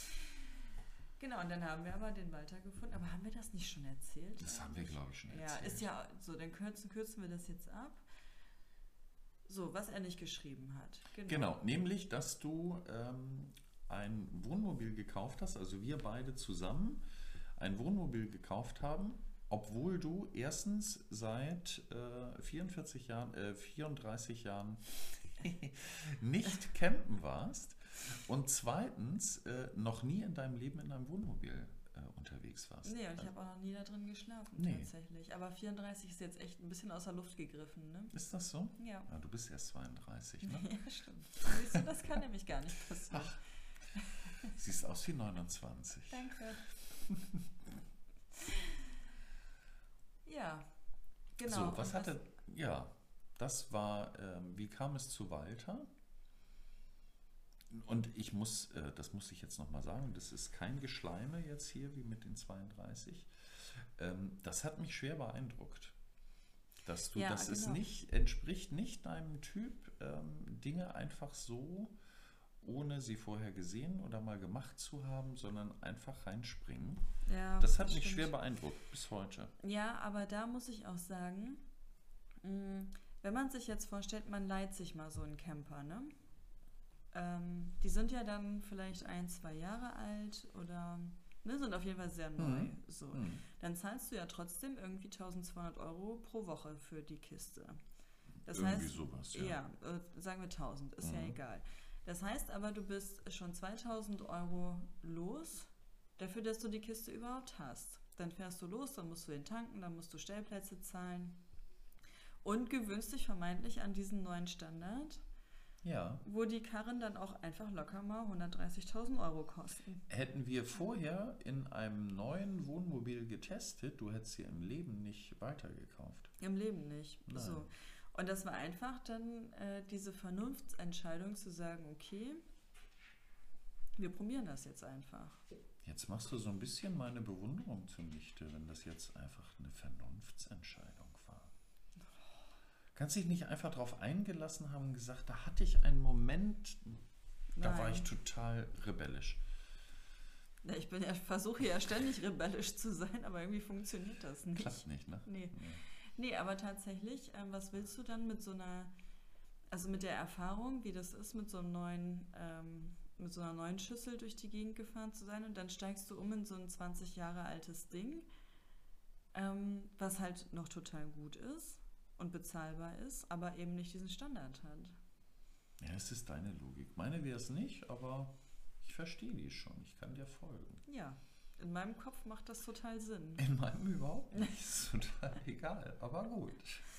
Genau, und dann haben wir aber den Walter gefunden. Aber haben wir das nicht schon erzählt? Das haben wir, glaube ich, schon Ja, erzählt. ist ja so, dann kürzen wir das jetzt ab. So, was er nicht geschrieben hat. Genau, nämlich, dass du ein Wohnmobil gekauft hast, also wir beide zusammen, ein Wohnmobil gekauft haben, obwohl du erstens seit 34 Jahren nicht campen warst und zweitens noch nie in deinem Leben in einem Wohnmobil unterwegs warst. Nee, und ich habe auch noch nie da drin geschlafen, tatsächlich. Aber 34 ist jetzt echt ein bisschen aus der Luft gegriffen, ne? Ist das so? Ja. Ja, du bist erst 32, ne? Ja, stimmt. Siehst du, das kann nämlich gar nicht passieren. Ach, siehst aus wie 29. Danke. Ja, genau. So, das war, wie kam es zu Walter? Und das muss ich jetzt nochmal sagen, das ist kein Geschleime jetzt hier wie mit den 32. Das hat mich schwer beeindruckt, dass du, es entspricht nicht deinem Typ, Dinge einfach so, ohne sie vorher gesehen oder mal gemacht zu haben, sondern einfach reinspringen. Ja, das hat mich schwer beeindruckt bis heute. Ja, aber da muss ich auch sagen, wenn man sich jetzt vorstellt, man leiht sich mal so einen Camper, ne? Die sind ja dann vielleicht 1-2 Jahre alt oder sind auf jeden Fall sehr neu. So. Dann zahlst du ja trotzdem irgendwie 1.200 € pro Woche für die Kiste. Das irgendwie heißt, sowas, ja, sagen wir 1.000, ist ja egal. Das heißt aber, du bist schon 2.000 € los, dafür, dass du die Kiste überhaupt hast. Dann fährst du los, dann musst du den tanken, dann musst du Stellplätze zahlen und gewöhnst dich vermeintlich an diesen neuen Standard. Ja. Wo die Karren dann auch einfach locker mal 130.000 € kosten. Hätten wir vorher in einem neuen Wohnmobil getestet, du hättest sie im Leben nicht weitergekauft. Im Leben nicht. Nein. So. Und das war einfach dann diese Vernunftsentscheidung zu sagen, okay, wir probieren das jetzt einfach. Jetzt machst du so ein bisschen meine Bewunderung zunichte, wenn das jetzt einfach eine Vernunftsentscheidung war. Kannst dich nicht einfach darauf eingelassen haben und gesagt, da hatte ich einen Moment, da war ich total rebellisch. Ja, versuche ja ständig rebellisch zu sein, aber irgendwie funktioniert das nicht. Klappt nicht, ne? Nee, aber tatsächlich, was willst du dann mit so einer, also mit der Erfahrung, wie das ist, mit so einer neuen Schüssel durch die Gegend gefahren zu sein und dann steigst du um in so ein 20 Jahre altes Ding, was halt noch total gut ist und bezahlbar ist, aber eben nicht diesen Standard hat. Ja, es ist deine Logik. Meine wäre es nicht, aber ich verstehe die schon. Ich kann dir folgen. Ja, in meinem Kopf macht das total Sinn. In meinem überhaupt nicht. Ist total egal, aber gut.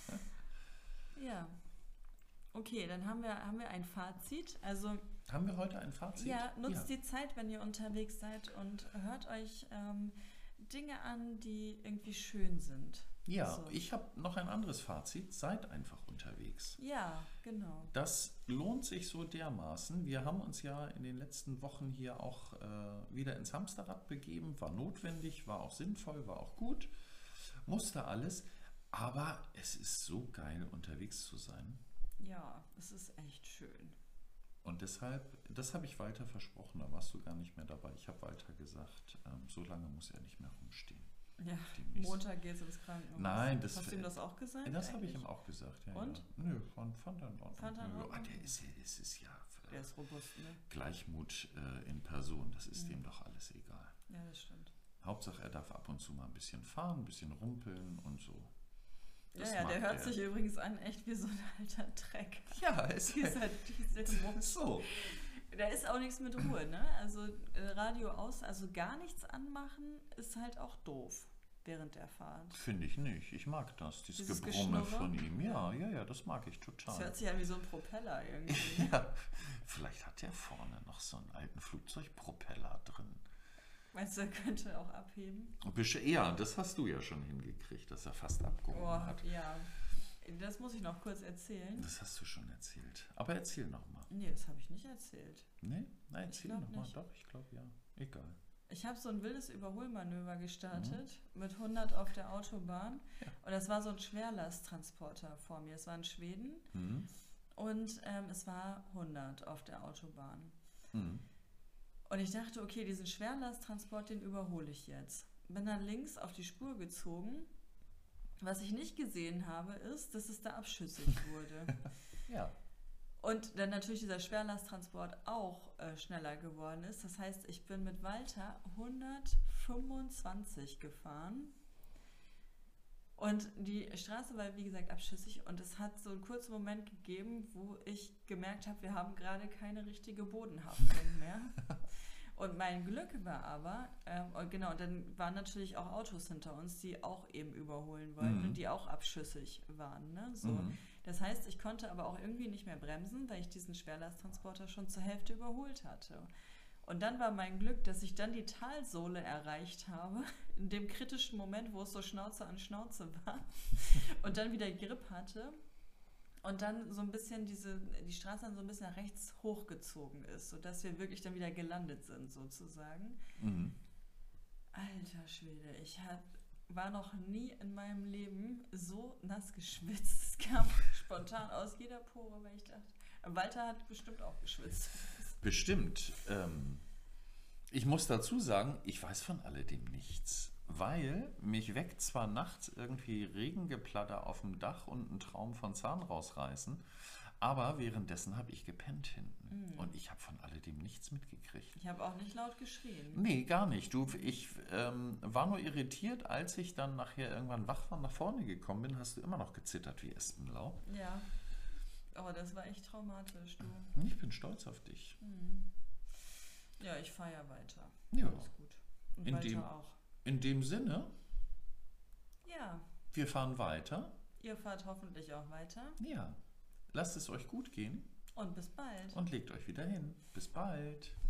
Ja. Okay, dann haben wir ein Fazit. Also, haben wir heute ein Fazit? Ja, nutzt die Zeit, wenn ihr unterwegs seid und hört euch Dinge an, die irgendwie schön sind. Ja, so. Ich habe noch ein anderes Fazit. Seid einfach unterwegs. Ja, genau. Das lohnt sich so dermaßen. Wir haben uns ja in den letzten Wochen hier auch wieder ins Hamsterrad begeben. War notwendig, war auch sinnvoll, war auch gut. Musste alles. Aber es ist so geil, unterwegs zu sein. Ja, es ist echt schön. Und deshalb, das habe ich Walter versprochen, da warst du gar nicht mehr dabei. Ich habe Walter gesagt, so lange muss er nicht mehr rumstehen. Ja, Montag geht's ins Krankenhaus. Nein, hast du ihm das auch gesagt? Das habe ich ihm auch gesagt, ja. Und? Ja. Nö, fand er in Ordnung. Fand er in Ordnung? Der ist ja der ist robust, ne? Gleichmut in Person, das ist dem doch alles egal. Ja, das stimmt. Hauptsache, er darf ab und zu mal ein bisschen fahren, ein bisschen rumpeln und so. Das der hört sich übrigens an, echt wie so ein alter Dreck. Ja, ist so. Da ist auch nichts mit Ruhe, ne? Also Radio aus, also gar nichts anmachen, ist halt auch doof während der Fahrt. Finde ich nicht. Ich mag das, dieses Gebrumme von ihm. Ja, das mag ich total. Das hört sich an wie so ein Propeller irgendwie. Ja, vielleicht hat der vorne noch so einen alten Flugzeugpropeller drin. Meinst du, er könnte auch abheben? Ja, das hast du ja schon hingekriegt, dass er fast abgehoben hat. Ja, das muss ich noch kurz erzählen. Das hast du schon erzählt. Aber erzähl nochmal. Nee, das habe ich nicht erzählt. Nee? Nein, erzähl nochmal. Nicht. Doch, ich glaube ja. Egal. Ich habe so ein wildes Überholmanöver gestartet mit 100 auf der Autobahn. Ja. Und das war so ein Schwerlasttransporter vor mir. Es war in Schweden. Und es war 100 auf der Autobahn. Und ich dachte, okay, diesen Schwerlasttransport, den überhole ich jetzt. Bin dann links auf die Spur gezogen. Was ich nicht gesehen habe, ist, dass es da abschüssig wurde. Ja. Und dann natürlich dieser Schwerlasttransport auch schneller geworden ist. Das heißt, ich bin mit Walter 125 gefahren. Und die Straße war, wie gesagt, abschüssig. Und es hat so einen kurzen Moment gegeben, wo ich gemerkt habe, wir haben gerade keine richtige Bodenhaftung mehr. Und mein Glück war aber, und dann waren natürlich auch Autos hinter uns, die auch eben überholen wollten und die auch abschüssig waren. Ne? So. Das heißt, ich konnte aber auch irgendwie nicht mehr bremsen, weil ich diesen Schwerlasttransporter schon zur Hälfte überholt hatte. Und dann war mein Glück, dass ich dann die Talsohle erreicht habe, in dem kritischen Moment, wo es so Schnauze an Schnauze war und dann wieder Grip hatte. Und dann so ein bisschen die Straße dann so ein bisschen nach rechts hochgezogen ist, sodass wir wirklich dann wieder gelandet sind, sozusagen. Alter Schwede, war noch nie in meinem Leben so nass geschwitzt. Es kam spontan aus jeder Pore, weil ich dachte, Walter hat bestimmt auch geschwitzt. Bestimmt. Ich muss dazu sagen, ich weiß von alledem nichts. Weil mich weckt zwar nachts irgendwie Regengeplatter auf dem Dach und ein Traum von Zahn rausreißen, aber währenddessen habe ich gepennt hinten. Und ich habe von alledem nichts mitgekriegt. Ich habe auch nicht laut geschrien. Nee, gar nicht. Ich war nur irritiert, als ich dann nachher irgendwann wach war, nach vorne gekommen bin, hast du immer noch gezittert wie Espenlaub. Ja. Oh, das war echt traumatisch, du. Ich bin stolz auf dich. Ja, ich feiere weiter. Ja. Alles gut. Und Walter auch. In dem Sinne, ja. Wir fahren weiter. Ihr fahrt hoffentlich auch weiter. Ja. Lasst es euch gut gehen. Und bis bald. Und legt euch wieder hin. Bis bald.